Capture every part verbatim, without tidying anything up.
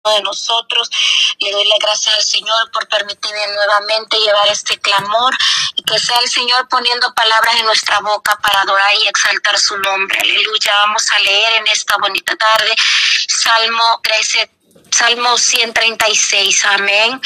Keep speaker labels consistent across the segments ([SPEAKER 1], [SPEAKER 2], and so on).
[SPEAKER 1] de nosotros. Le doy las gracias al Señor por permitirme nuevamente llevar este clamor y que sea el Señor poniendo palabras en nuestra boca para adorar y exaltar su nombre. Aleluya. Vamos a leer en esta bonita tarde Salmo trece, Salmo ciento treinta y seis. Amén.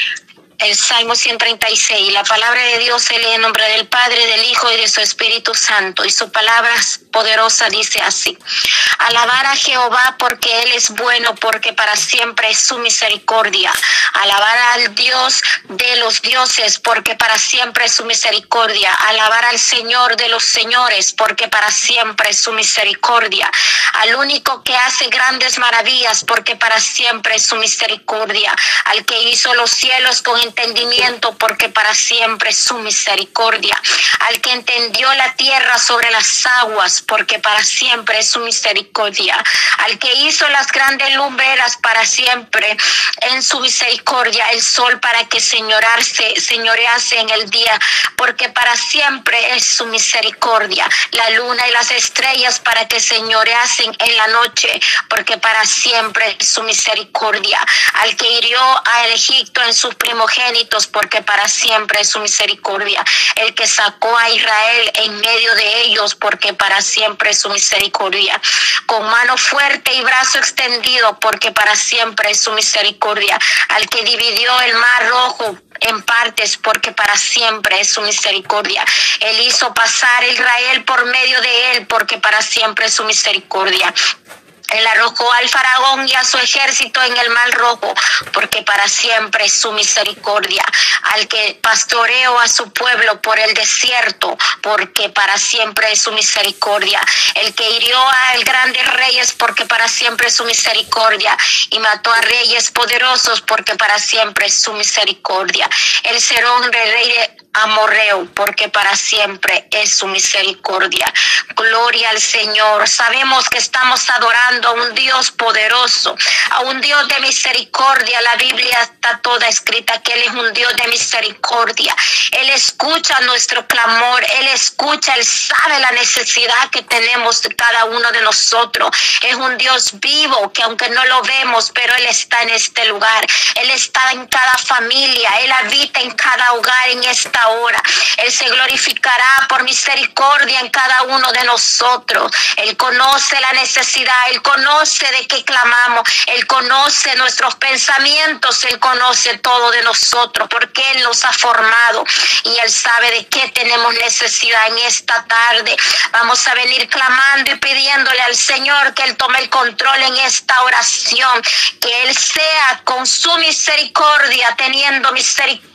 [SPEAKER 1] El Salmo ciento treinta y seis, la palabra de Dios se lee en nombre del Padre, del Hijo y de su Espíritu Santo, y su palabra poderosa dice así: alabar a Jehová porque Él es bueno, porque para siempre es su misericordia. Alabar al Dios de los dioses, porque para siempre es su misericordia. Alabar al Señor de los señores, porque para siempre es su misericordia. Al único que hace grandes maravillas, porque para siempre es su misericordia. Al que hizo los cielos con entendimiento, porque para siempre es su misericordia. Al que entendió la tierra sobre las aguas, porque para siempre es su misericordia. Al que hizo las grandes lumbreras, para siempre en su misericordia. El sol para que señorarse, señorease en el día, porque para siempre es su misericordia. La luna y las estrellas para que señoreasen en la noche, porque para siempre es su misericordia. Al que hirió a Egipto en sus primogénitos, porque para siempre es su misericordia. El que sacó a Israel en medio de ellos, porque para siempre es su misericordia. Con mano fuerte y brazo extendido, porque para siempre es su misericordia. Al que dividió el mar rojo en partes, porque para siempre es su misericordia. Él hizo pasar a Israel por medio de él, porque para siempre es su misericordia. Él arrojó al faraón y a su ejército en el mar rojo, porque para siempre es su misericordia. Al que pastoreó a su pueblo por el desierto, porque para siempre es su misericordia. El que hirió a grandes reyes, porque para siempre es su misericordia. Y mató a reyes poderosos, porque para siempre es su misericordia. El Serón de rey de Amorreo, porque para siempre es su misericordia. Gloria al Señor. Sabemos que estamos adorando a un Dios poderoso, a un Dios de misericordia. La Biblia está toda escrita que Él es un Dios de misericordia. Él escucha nuestro clamor, Él escucha, Él sabe la necesidad que tenemos de cada uno de nosotros. Es un Dios vivo que aunque no lo vemos, pero Él está en este lugar. Él está en cada familia, Él habita en cada hogar en esta hora. Él se glorificará por misericordia en cada uno de nosotros. Él conoce la necesidad, Él conoce de qué clamamos, Él conoce nuestros pensamientos, Él conoce todo de nosotros, porque Él nos ha formado y Él sabe de qué tenemos necesidad en esta tarde. Vamos a venir clamando y pidiéndole al Señor que Él tome el control en esta oración, que Él sea con su misericordia, teniendo misericordia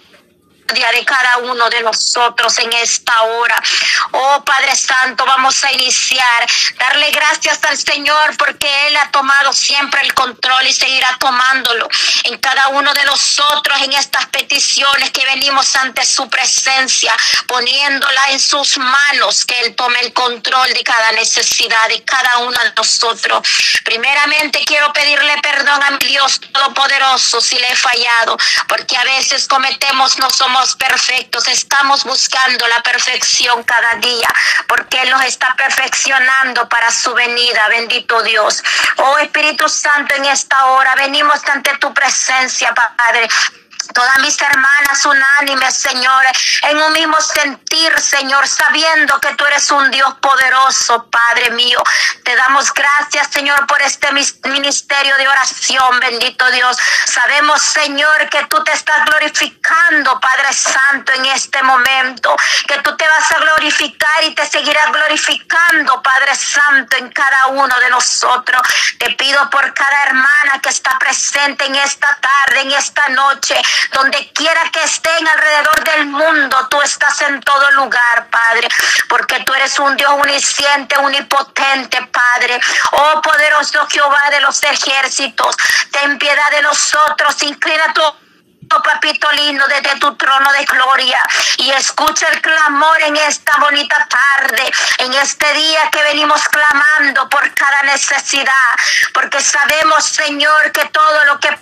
[SPEAKER 1] de cada uno de nosotros en esta hora. Oh Padre Santo, vamos a iniciar, darle gracias al Señor porque Él ha tomado siempre el control y seguirá tomándolo en cada uno de nosotros, en estas peticiones que venimos ante su presencia, poniéndola en sus manos, que Él tome el control de cada necesidad de cada uno de nosotros. Primeramente quiero pedirle perdón a mi Dios Todopoderoso si le he fallado, porque a veces cometemos, no somos perfectos, estamos buscando la perfección cada día, porque Él nos está perfeccionando para su venida. Bendito Dios. Oh Espíritu Santo, en esta hora venimos ante tu presencia, Padre. Todas mis hermanas unánimes, Señor, en un mismo sentir, Señor, sabiendo que tú eres un Dios poderoso, Padre mío. Te damos gracias, Señor, por este ministerio de oración, bendito Dios. Sabemos, Señor, que tú te estás glorificando, Padre Santo, en este momento, que tú te vas a glorificar y te seguirás glorificando, Padre Santo, en cada uno de nosotros. Te pido por cada hermana que está presente en esta tarde, en esta noche, donde quiera que estén alrededor del mundo, tú estás en todo lugar, Padre, porque tú eres un Dios unisciente, unipotente, Padre. Oh poderoso Jehová de los ejércitos, ten piedad de nosotros, inclina tu Papito lindo, desde tu trono de gloria, y escucha el clamor en esta bonita tarde, en este día que venimos clamando por cada necesidad, porque sabemos, Señor, que todo lo que pasa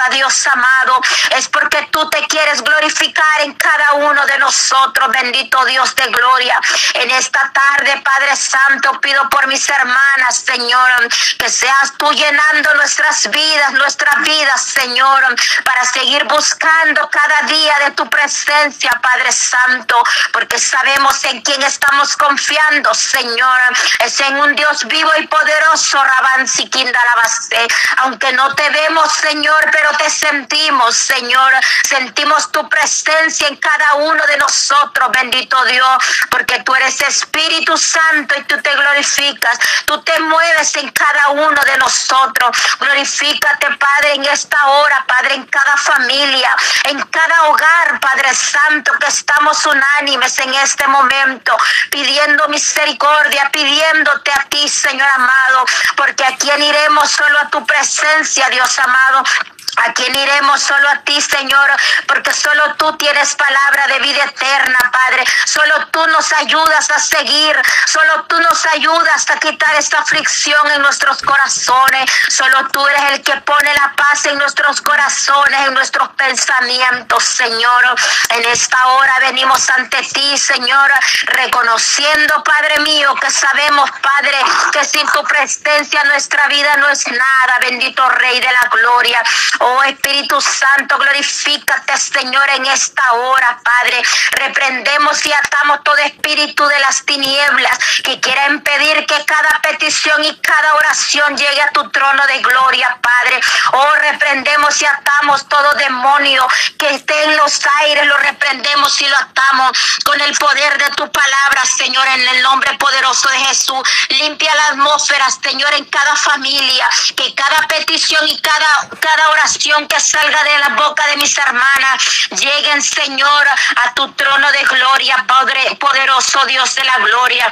[SPEAKER 1] Dios amado, es porque tú te quieres glorificar en cada uno de nosotros, bendito Dios de gloria. En esta tarde, Padre Santo, pido por mis hermanas, Señor, que seas tú llenando nuestras vidas, nuestras vidas, Señor, para seguir buscando cada día de tu presencia, Padre Santo, porque sabemos en quién estamos confiando, Señor. Es en un Dios vivo y poderoso, Rabán Siquindalabasté. Aunque no te vemos, Señor, pero te sentimos, Señor. Sentimos tu presencia en cada uno de nosotros, bendito Dios, porque tú eres Espíritu Santo y tú te glorificas. Tú te mueves en cada uno de nosotros. Glorifícate, Padre, en esta hora, Padre, en cada familia, en cada hogar, Padre Santo, que estamos unánimes en este momento, pidiendo misericordia, pidiéndote a ti, Señor amado, porque a quién iremos, solo a tu presencia, Dios amado. ¿A quién iremos? Solo a ti, Señor, porque solo tú tienes palabra de vida eterna, Padre. Solo tú nos ayudas a seguir. Solo tú nos ayudas a quitar esta aflicción en nuestros corazones. Solo tú eres el que pone la paz en nuestros corazones, en nuestros pensamientos, Señor. En esta hora venimos ante ti, Señor, reconociendo, Padre mío, que sabemos, Padre, que sin tu presencia nuestra vida no es nada. Bendito Rey de la Gloria. Oh Espíritu Santo, glorifícate, Señor, en esta hora, Padre. Reprendemos y atamos todo espíritu de las tinieblas que quiera impedir que cada petición y cada oración llegue a tu trono de gloria, Padre. Oh, reprendemos y atamos todo demonio que esté en los aires, lo reprendemos y lo atamos con el poder de tu palabra, Señor, en el nombre poderoso de Jesús. Limpia la atmósfera, Señor, en cada familia, que cada petición y cada, cada oración que salga de la boca de mis hermanas lleguen, Señor, a tu trono de gloria, Padre poderoso, Dios de la gloria.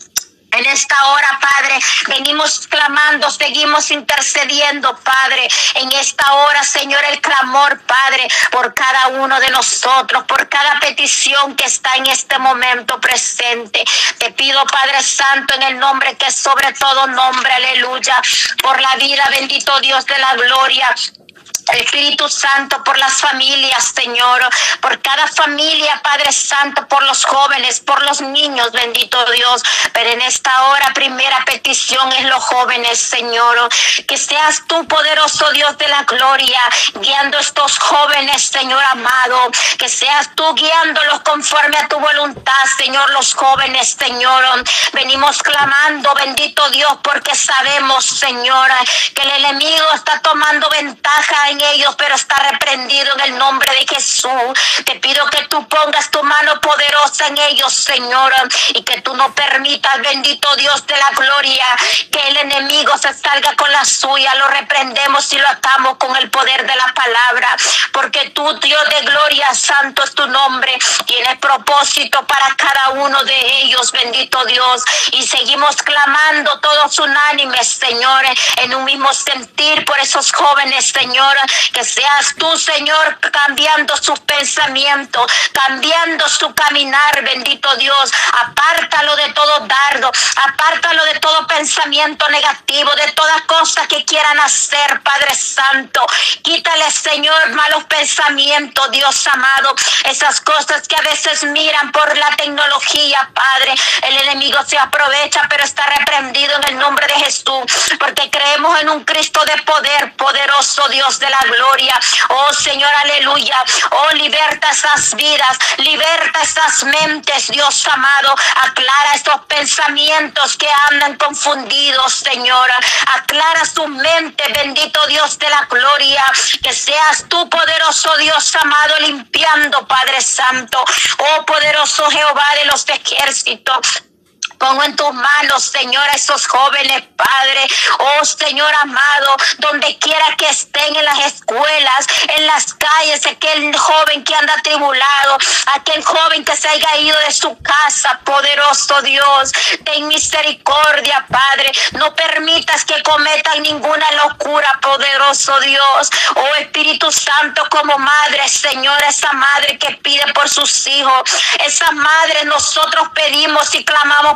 [SPEAKER 1] En esta hora, Padre, venimos clamando, seguimos intercediendo, Padre. En esta hora, Señor, el clamor, Padre, por cada uno de nosotros, por cada petición que está en este momento presente. Te pido, Padre Santo, en el nombre que es sobre todo nombre, aleluya, por la vida, bendito Dios de la gloria. Espíritu Santo, por las familias, Señor, por cada familia, Padre Santo, por los jóvenes, por los niños, bendito Dios. Pero en esta hora, primera petición es los jóvenes, Señor. Que seas tú, poderoso Dios de la gloria, guiando a estos jóvenes, Señor amado. Que seas tú guiándolos conforme a tu voluntad, Señor, los jóvenes, Señor. Venimos clamando, bendito Dios, porque sabemos, Señor, que el enemigo está tomando ventaja en ellos, pero está reprendido en el nombre de Jesús. Te pido que tú pongas tu mano poderosa en ellos, Señor, y que tú no permitas, bendito Dios de la gloria, que el enemigo se salga con la suya. Lo reprendemos y lo atamos con el poder de la palabra, porque tú, Dios de gloria, santo es tu nombre, tienes propósito para cada uno de ellos, bendito Dios, y seguimos clamando todos unánimes, Señor, en un mismo sentir por esos jóvenes, Señor. Que seas tú, Señor, cambiando sus pensamientos, cambiando su caminar, bendito Dios. Apártalo de todo dardo, apártalo de todo pensamiento negativo, de todas cosas que quieran hacer, Padre Santo. Quítale, Señor, malos pensamientos, Dios amado. Esas cosas que a veces miran por la tecnología, Padre. El enemigo se aprovecha, pero está reprendido en el nombre de Jesús, porque creemos en un Cristo de poder, poderoso Dios de la gloria. Oh Señor, aleluya. Oh, liberta esas vidas, liberta esas mentes, Dios amado. Aclara estos pensamientos que andan confundidos, Señor. Aclara su mente, bendito Dios de la gloria. Que seas tú, poderoso Dios amado, limpiando, Padre Santo. Oh, poderoso Jehová de los ejércitos. Pongo en tus manos, Señor, a esos jóvenes, Padre. Oh, Señor amado, donde quiera que estén, en las escuelas, en las calles, aquel joven que anda atribulado, aquel joven que se haya ido de su casa, poderoso Dios, ten misericordia, Padre. No permitas que cometan ninguna locura, poderoso Dios. Oh, Espíritu Santo, como madre, Señor, esa madre que pide por sus hijos, esa madre nosotros pedimos y clamamos por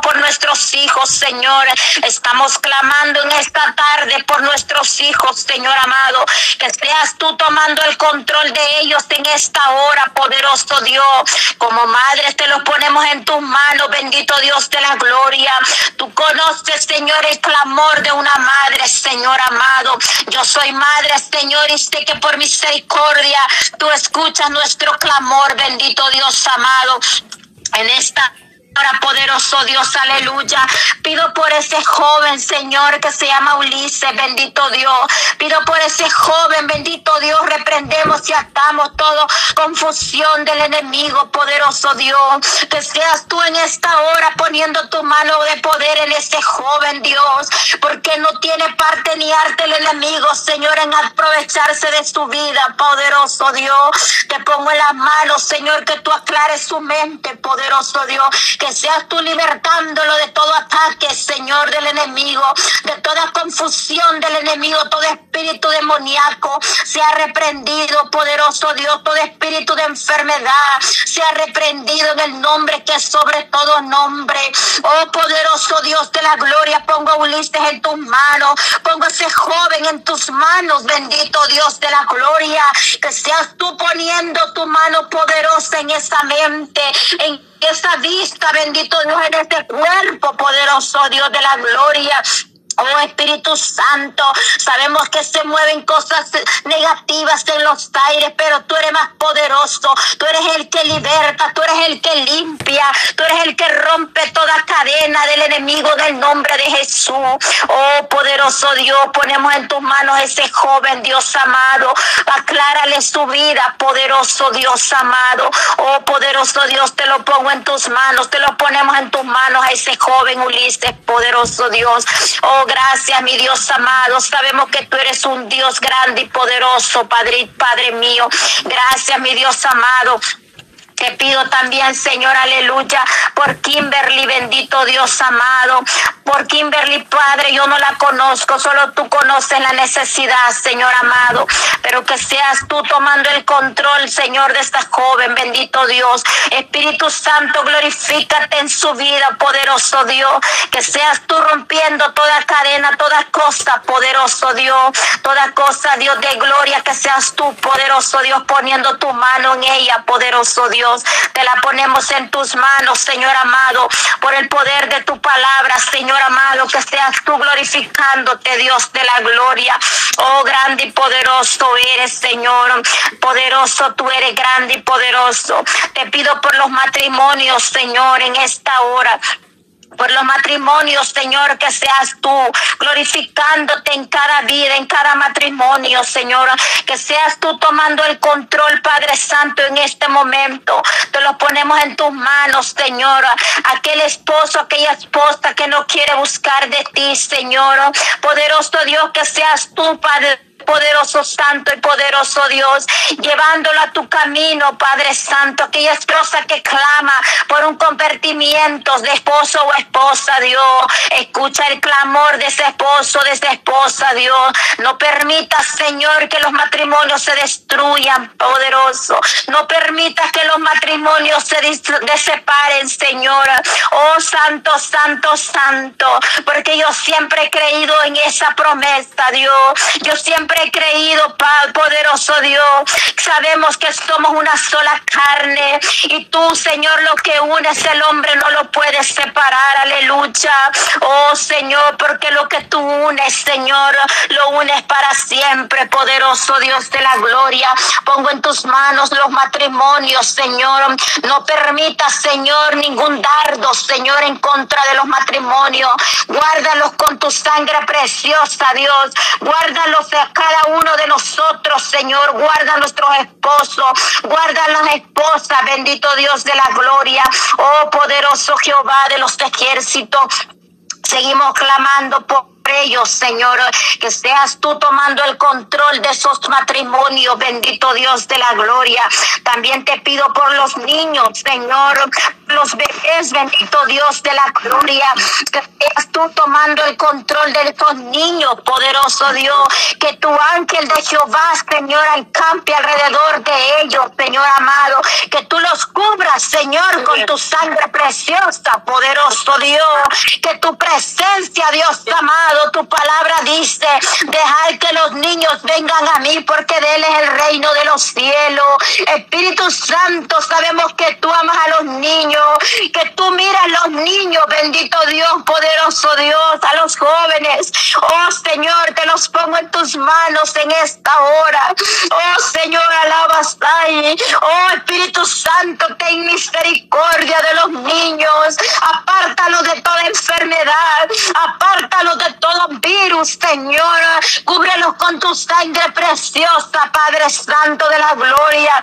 [SPEAKER 1] por nuestros hijos, Señor. Estamos clamando en esta tarde por nuestros hijos, Señor amado. Que seas tú tomando el control de ellos en esta hora, poderoso Dios. Como madres te los ponemos en tus manos, bendito Dios de la gloria. Tú conoces, Señor, el clamor de una madre, Señor amado. Yo soy madre, Señor, y sé que por misericordia tú escuchas nuestro clamor, bendito Dios amado. En esta hora, poderoso Dios, aleluya. Pido por ese joven, Señor, que se llama Ulises, bendito Dios. Pido por ese joven, bendito Dios. Reprendemos y atamos toda confusión del enemigo, poderoso Dios. Que seas tú en esta hora poniendo tu mano de poder en ese joven, Dios. Porque no tiene parte ni arte el enemigo, Señor, en aprovecharse de su vida, poderoso Dios. Te pongo en las manos, Señor, que tú aclares su mente, poderoso Dios. Que seas tú libertándolo de todo ataque, Señor, del enemigo, de toda confusión del enemigo, todo espíritu demoníaco sea reprendido, poderoso Dios, todo espíritu de enfermedad sea reprendido en el nombre que es sobre todo nombre. Oh, poderoso Dios de la gloria, pongo a Ulises en tus manos, pongo a ese joven en tus manos, bendito Dios de la gloria. Que seas tú poniendo tu mano poderosa en esa mente, en esa vista, bendito Dios, en este cuerpo, poderoso Dios de la gloria. Oh, Espíritu Santo, sabemos que se mueven cosas negativas en los aires, pero tú eres más poderoso. Tú eres el que liberta, tú eres el que limpia, tú eres el que rompe toda cadena del enemigo del nombre de Jesús. Oh, poderoso Dios, ponemos en tus manos a ese joven, Dios amado. Aclárale su vida, poderoso Dios amado. Oh, poderoso Dios, te lo pongo en tus manos, te lo ponemos en tus manos a ese joven Ulises, poderoso Dios. Oh, gracias, mi Dios amado. Sabemos que tú eres un Dios grande y poderoso, Padre, Padre mío. Gracias, mi Dios amado. Te pido también, Señor, aleluya, por Kimberly, bendito Dios amado. Por Kimberly, Padre, yo no la conozco, solo tú conoces la necesidad, Señor amado. Pero que seas tú tomando el control, Señor, de esta joven, bendito Dios. Espíritu Santo, glorifícate en su vida, poderoso Dios. Que seas tú rompiendo toda cadena, toda cosa, poderoso Dios. Toda cosa, Dios de gloria, que seas tú, poderoso Dios, poniendo tu mano en ella, poderoso Dios. Te la ponemos en tus manos, Señor amado, por el poder de tu palabra, Señor amado, que seas tú glorificándote, Dios de la gloria. Oh, grande y poderoso eres, Señor. Poderoso tú eres, grande y poderoso. Te pido por los matrimonios, Señor, en esta hora. Por los matrimonios, Señor, que seas tú glorificándote en cada vida, en cada matrimonio, Señor. Que seas tú tomando el control, Padre Santo, en este momento. Te lo ponemos en tus manos, Señor. Aquel esposo, aquella esposa que no quiere buscar de ti, Señor. Poderoso Dios, que seas tú, Padre poderoso, santo y poderoso Dios, llevándolo a tu camino, Padre Santo. Aquella esposa que clama por un convertimiento de esposo o esposa, Dios, escucha el clamor de ese esposo, de esa esposa, Dios. No permitas, Señor, que los matrimonios se destruyan, poderoso. No permitas que los matrimonios se separen, Señor. Oh, santo, santo, santo, porque yo siempre he creído en esa promesa, Dios. Yo siempre he creído, poderoso Dios. Sabemos que somos una sola carne y tú, Señor, lo que unes el hombre no lo puedes separar, aleluya. Oh, Señor, porque lo que tú unes, Señor, lo unes para siempre, poderoso Dios de la gloria. Pongo en tus manos los matrimonios, Señor. No permitas, Señor, ningún dardo, Señor, en contra de los matrimonios. Guárdalos con tu sangre preciosa, Dios. Guárdalos a cada uno de nosotros, Señor. Guarda a nuestros esposos, guarda a las esposas, bendito Dios de la gloria. Oh, poderoso Jehová de los ejércitos, seguimos clamando por ellos, Señor, que seas tú tomando el control de esos matrimonios, bendito Dios de la gloria. También te pido por los niños, Señor. los bebés, bendito Dios de la gloria, que seas tú tomando el control de estos niños, poderoso Dios, que tu ángel de Jehová, Señor, encampe alrededor de ellos, Señor amado, que tú los cubras, Señor, con tu sangre preciosa, poderoso Dios, que tu presencia, Dios amado, tu palabra dice, dejar que los niños vengan a mí, porque de él es el reino de los cielos. Espíritu Santo, sabemos que tú amas a los niños, que tú miras a los niños, bendito Dios, poderoso Dios, a los jóvenes. Oh Señor, te los pongo en tus manos en esta hora. Oh Señor, alabas ahí. Oh Espíritu Santo, ten misericordia de los niños. Apártalos de toda enfermedad, apártalos de todo virus, Señor. Cúbrelos con tu sangre preciosa, Padre Santo de la gloria.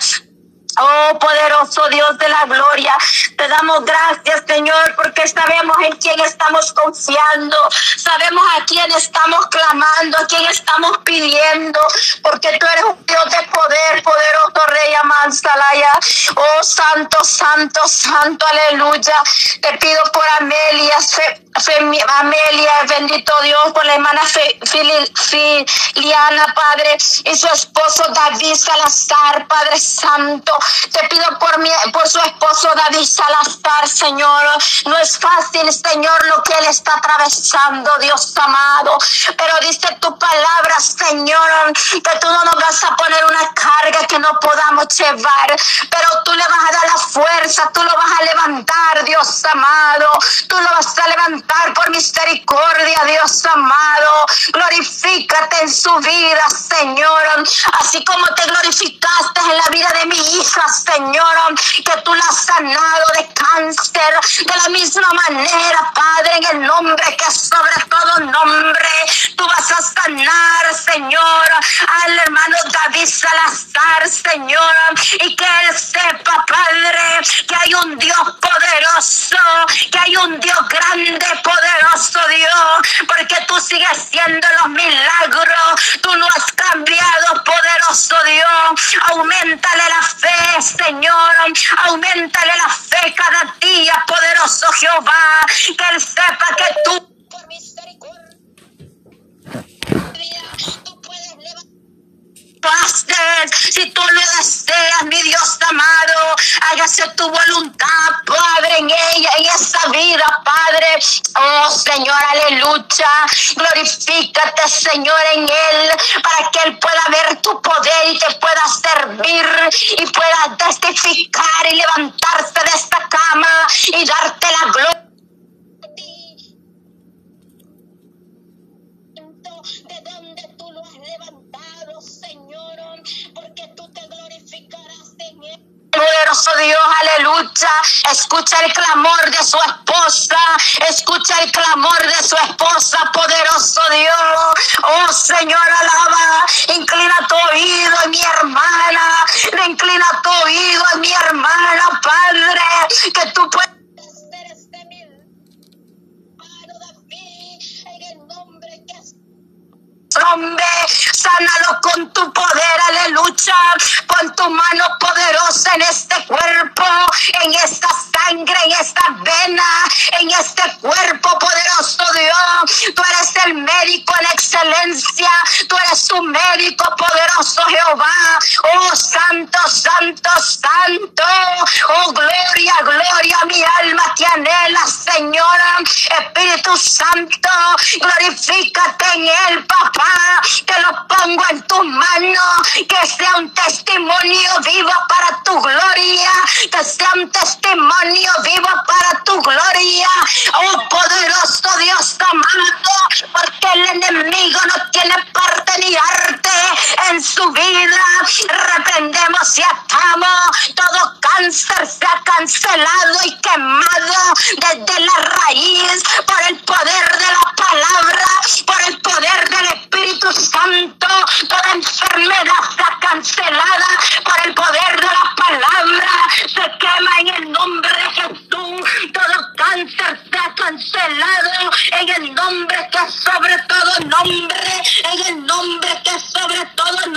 [SPEAKER 1] Oh, poderoso Dios de la gloria, te damos gracias, Señor, porque sabemos en quién estamos confiando, sabemos a quién estamos clamando, a quién estamos pidiendo, porque tú eres un Dios de poder, poderoso Rey Amansalaya. Oh, santo, santo, santo, aleluya. Te pido por Amelia, fe, fe, Amelia, bendito Dios, por la hermana fe, Fili, Filiana, Padre, y su esposo David Salazar, Padre Santo. Te pido por mi, por su esposo David Salazar, Señor. No es fácil, Señor, lo que él está atravesando, Dios amado. Pero dice tu palabra, Señor, que tú no nos vas a poner una carga que no podamos llevar. Pero tú le vas a dar la fuerza, tú lo vas a levantar, Dios amado. Tú lo vas a levantar por misericordia, Dios amado. Glorifícate en su vida, Señor. Así como te glorificaste en la vida de mi hija, Señor, que tú la has sanado de cáncer, de la misma manera, Padre, en el nombre que es sobre todo nombre, tú vas a sanar, Señor, al hermano David Salazar, Señor, y que él sepa, Padre, que hay un Dios poderoso, que hay un Dios grande, poderoso Dios, porque tú sigues siendo los milagros, tú no has cambiado, poderoso Dios. Auméntale la fe, Señor, auméntale la fe cada día, poderoso Jehová, que él sepa que tú por misericordia tú puedes levantar. Si tú lo deseas, mi Dios amado, hágase tu voluntad, Padre, en ella, en esa vida, Padre. Oh, Señor, aleluya. Glorifícate, Señor, en él, para que él pueda ver tu poder y te pueda servir y pueda testificar y levantarse de esta cama y darte la gloria. De donde tú lo has levantado, Señor, porque tú te glorificarás en él. Poderoso Dios, aleluya. Escucha el clamor de su esposa, escucha el clamor de su esposa, poderoso Dios. Oh Señor, alaba, inclina tu oído en mi hermana, inclina tu oído en mi hermana, Padre, que tú puedes hacer este milagro de mí, en el nombre que es hombre, sánalo con tu poder, aleluya, con tu mano poderosa en este cuerpo, en esta sangre, en esta vena, en este cuerpo, poderoso Dios. Tú eres el médico en excelencia, tú eres un médico, poderoso Jehová. Oh, santo, santo, santo. Oh, gloria, gloria, mi alma te anhela, Señora. Espíritu Santo, glorifícate en él, papá. Que lo pongo en tus manos, que sea un testimonio vivo para tu gloria, que sea un testimonio vivo para tu gloria. Oh, poderoso Dios amado, porque el enemigo no tiene parte ni arte en su vida. Reprendemos y atamos todo cáncer, sea cancelado y quemado desde la raíz por el poder de la palabra, por el poder del Espíritu Santo. Toda enfermedad sea cancelada por el poder de la palabra, se quema en el nombre de Jesús. Todo cáncer sea cancelado en el nombre que es sobre todo nombre, en el nombre que es sobre todo nombre.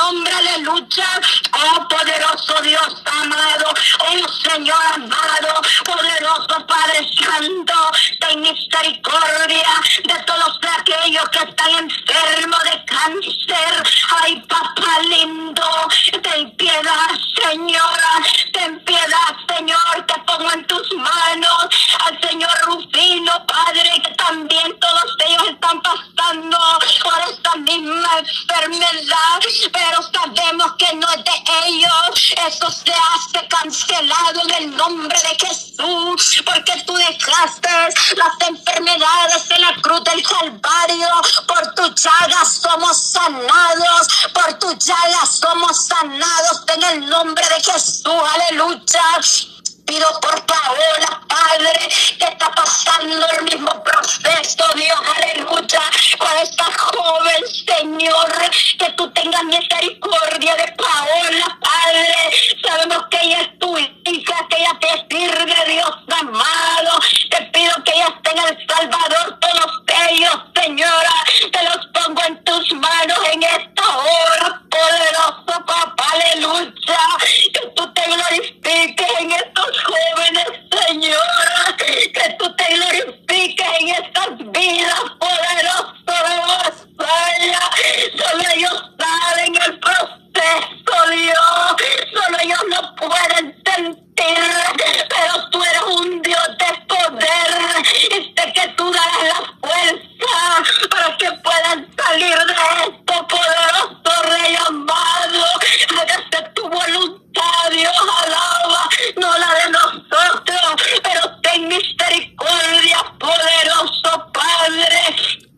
[SPEAKER 1] aleluya. Oh poderoso Dios amado, oh Señor amado, poderoso Padre Santo, ten misericordia de todos aquellos que están enfermos de cáncer. Ay, papá lindo, ten piedad, Señora, ten piedad, Señor, te pongo en tus manos al Señor Rufino, Padre, que también todos ellos están pasando por esta misma enfermedad, pero sabemos que no es de ellos. Eso se hace cancelado en el nombre de Jesús, porque tú dejaste las enfermedades en la cruz del Calvario. Por tu llaga somos sanados, por tu llaga somos sanados en el nombre de Jesús, aleluya. Pido por Paola, Padre, que está pasando el mismo proceso, Dios, aleluya, con esta joven, Señor, que tú tengas misericordia de Paola, Padre. Sabemos que ella es tu hija, que ella te sirve, Dios amado. Te pido que ella esté en El Salvador, todos ellos, Señora, te los pongo en tus manos en esta hora, poderoso papá, aleluya, que tú te glorifiques en estos jóvenes, Señora, que tú te glorifiques en estas vidas, poderoso de batalla. Solo ellos saben el proceso, Dios, solo ellos no pueden sentir, pero tú eres un Dios de poder y sé que tú darás la fuerza para que puedan salir de esto, poderoso Rey amado. Hágase tu voluntad, Dios, alaba, no la de nosotros, pero ten misericordia, poderoso Padre,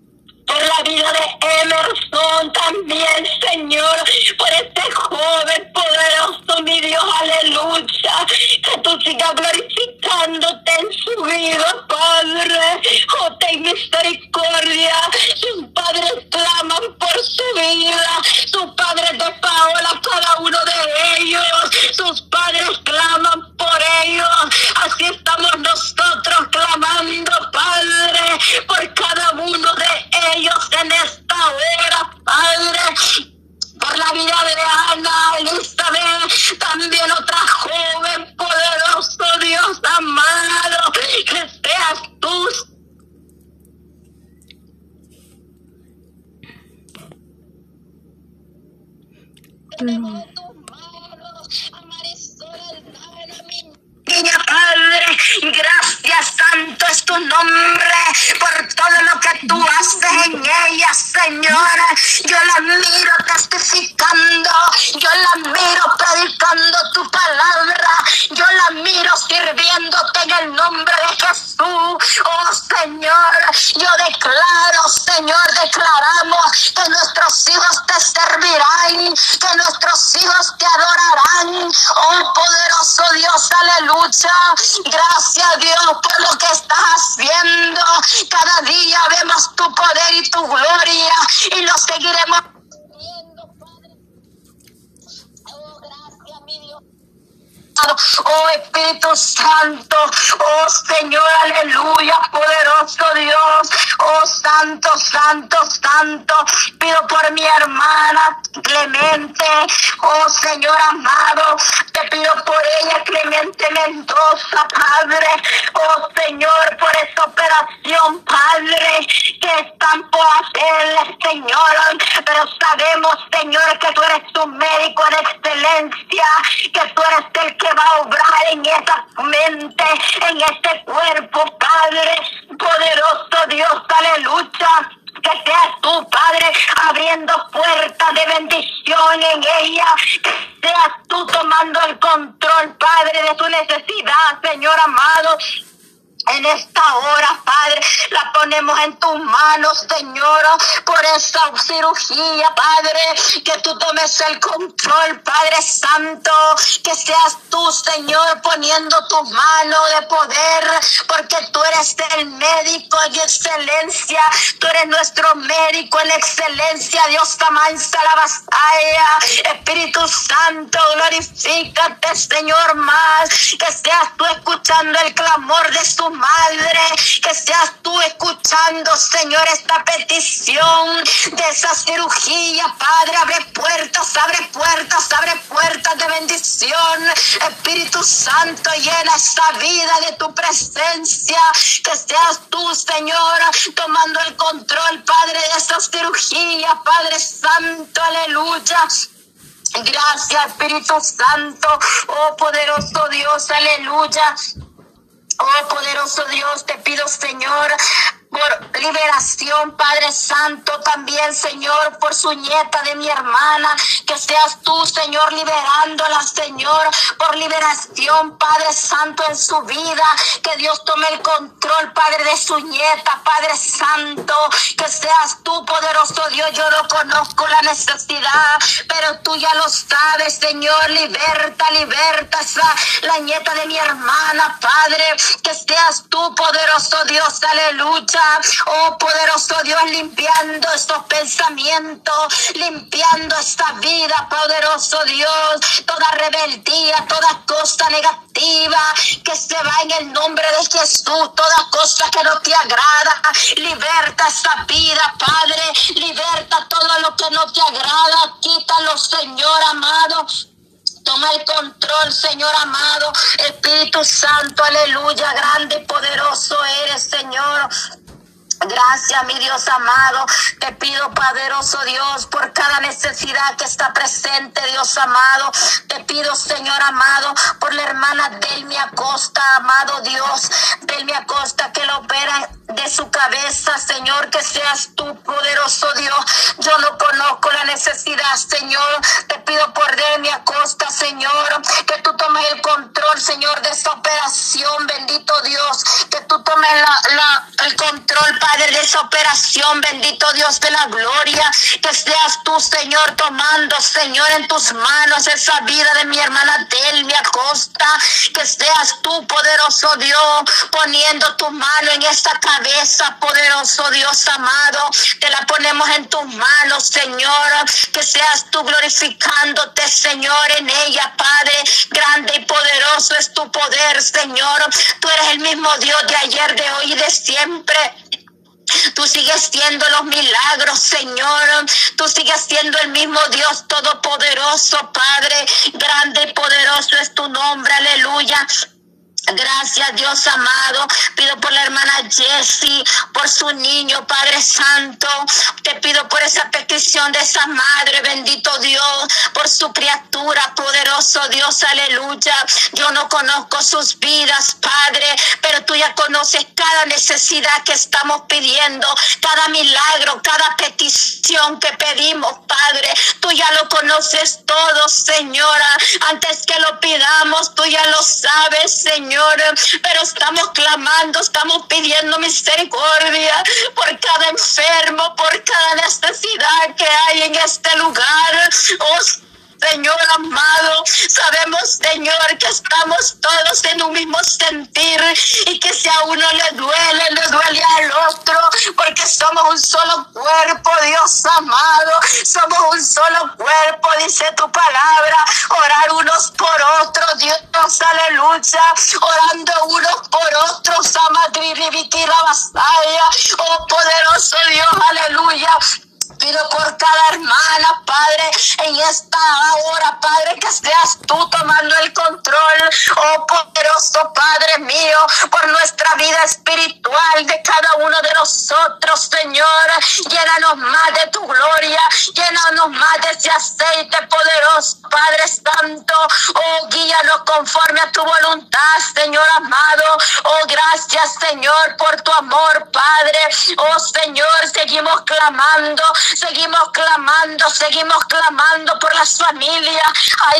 [SPEAKER 1] por la vida de Emerson también, Señor, por este joven poderoso, mi Dios, aleluya, que tú sigas glorificándote en su vida, Padre. Oh, ten misericordia. Sus padres claman por su vida, sus padres de Paola, cada uno de ellos, sus padres claman por ellos. Así estamos nosotros clamando, Padre, por cada uno de ellos en esta hora, Padre. Por la vida de Ana, Elizabeth, también otra joven, poderoso Dios amado, que seas tú. No. Padre, gracias, santo es tu nombre por todo lo que tú haces en ella, Señora. Yo la miro testificando, yo la miro predicando tu palabra, yo la miro sirviéndote en el nombre de Jesús. Oh Señor, yo declaro, Señor, declaramos que nuestros hijos te servirán, que nuestros hijos te adorarán. Oh poderoso Dios, aleluya. Gracias, Dios, por lo que estás haciendo. Cada día vemos tu poder y tu gloria y lo seguiremos viendo, Padre. Oh, gracias, mi Dios. Oh Espíritu Santo, oh Señor, aleluya, poderoso Dios, oh Santo, Santo, Santo, pido por mi hermana Clemente, oh Señor amado, te pido por ella, Clemente Mendoza, Padre, oh Señor, por esta operación, Padre, que están por hacerle, Señor, pero sabemos, Señor, que tú eres tu médico en excelencia, que tú eres el que va a obrar en esa mente, en este cuerpo, Padre, poderoso Dios, aleluya. Que seas tú, Padre, abriendo puertas de bendición en ella. Que seas tú tomando el control, Padre, de su necesidad, Señor amado. En esta hora, Padre, la ponemos en tus manos, Señor, por esa cirugía, Padre, que tú tomes el control, Padre Santo, que seas tú, Señor, poniendo tu mano de poder, porque tú eres el médico en excelencia, tú eres nuestro médico en excelencia, Dios amansa la batalla, Espíritu Santo, glorifícate, Señor, más, que seas tú escuchando el clamor de su madre, que seas tú escuchando, Señor, esta petición de esa cirugía, Padre. Abre puertas, abre puertas, abre puertas de bendición. Espíritu Santo, llena esta vida de tu presencia, que seas tú, Señor, tomando el control, Padre, de esa cirugía, Padre Santo, aleluya. Gracias, Espíritu Santo, oh poderoso Dios, aleluya. Oh poderoso Dios, te pido, Señor, por liberación, Padre Santo, también, Señor, por su nieta de mi hermana, que seas tú, Señor, liberándola, Señor, por liberación, Padre Santo, en su vida, que Dios tome el control, Padre, de su nieta, Padre Santo, que seas tú, poderoso Dios. Yo no conozco la necesidad, pero tú ya lo sabes, Señor. Liberta, liberta esa, la nieta de mi hermana, Padre, que seas tú, poderoso Dios, aleluya. Oh poderoso Dios, limpiando estos pensamientos, limpiando esta vida, poderoso Dios, toda rebeldía, toda cosa negativa que se va en el nombre de Jesús, toda cosa que no te agrada. Liberta esta vida, Padre, liberta todo lo que no te agrada, quítalo, Señor amado. Toma el control, Señor amado. Espíritu Santo, aleluya, grande y poderoso eres, Señor. Gracias, mi Dios amado. Te pido, poderoso Dios, por cada necesidad que está presente, Dios amado. Te pido, Señor amado, por la hermana Delmi Acosta, amado Dios. Delmi Acosta, que lo opera de su cabeza, Señor, que seas tú, poderoso Dios. Yo no conozco la necesidad, Señor. Te pido por Delmi Acosta, Señor, que tú tomes el control, Señor, de esta operación, bendito Dios. Que tú tomes la, la, el control, Padre, de esa operación, bendito Dios de la gloria. Que seas tú, Señor, tomando, Señor, en tus manos esa vida de mi hermana Delmi Acosta. Que seas tú, poderoso Dios, poniendo tu mano en esta cabeza, poderoso Dios amado. Te la ponemos en tus manos, Señor. Que seas tú glorificándote, Señor, en ella, Padre. Grande y poderoso es tu poder, Señor. Tú eres el mismo Dios de ayer, de hoy y de siempre. Tú sigues siendo los milagros, Señor. Tú sigues siendo el mismo Dios todopoderoso, Padre. Grande y poderoso es tu nombre, aleluya. Gracias, Dios amado. Pido por la hermana Jessie, por su niño, Padre Santo. Te pido por esa petición de esa madre, bendito Dios, por su criatura, poderoso Dios, aleluya. Yo no conozco sus vidas, Padre, pero tú ya conoces cada necesidad que estamos pidiendo, cada milagro, cada petición que pedimos, Padre. Tú ya lo conoces todo, Señora. Antes que lo pidamos, tú ya lo sabes, Señor. Pero estamos clamando, estamos pidiendo misericordia por cada enfermo, por cada necesidad que hay en este lugar. Oh, Señor amado, sabemos, Señor, que estamos todos en un mismo sentir y que si a uno le duele, le duele al otro, porque somos un solo cuerpo, Dios amado, somos un solo cuerpo, dice tu palabra, orar unos por otros, Dios, aleluya, orando unos por otros, amadriribikira basaya, oh poderoso Dios, aleluya. Pido por cada hermana, Padre, en esta hora, Padre, que seas tú tomando el control, oh poderoso Padre mío, por nuestra vida espiritual de cada uno de nosotros, Señor. Llénanos más de tu gloria, llénanos más de ese aceite poderoso, Padre Santo. Oh, guíanos conforme a tu voluntad, Señor amado. Oh, gracias, Señor, por tu amor, Padre. Oh, Señor, seguimos clamando. Seguimos clamando, seguimos clamando por las familias. Ay,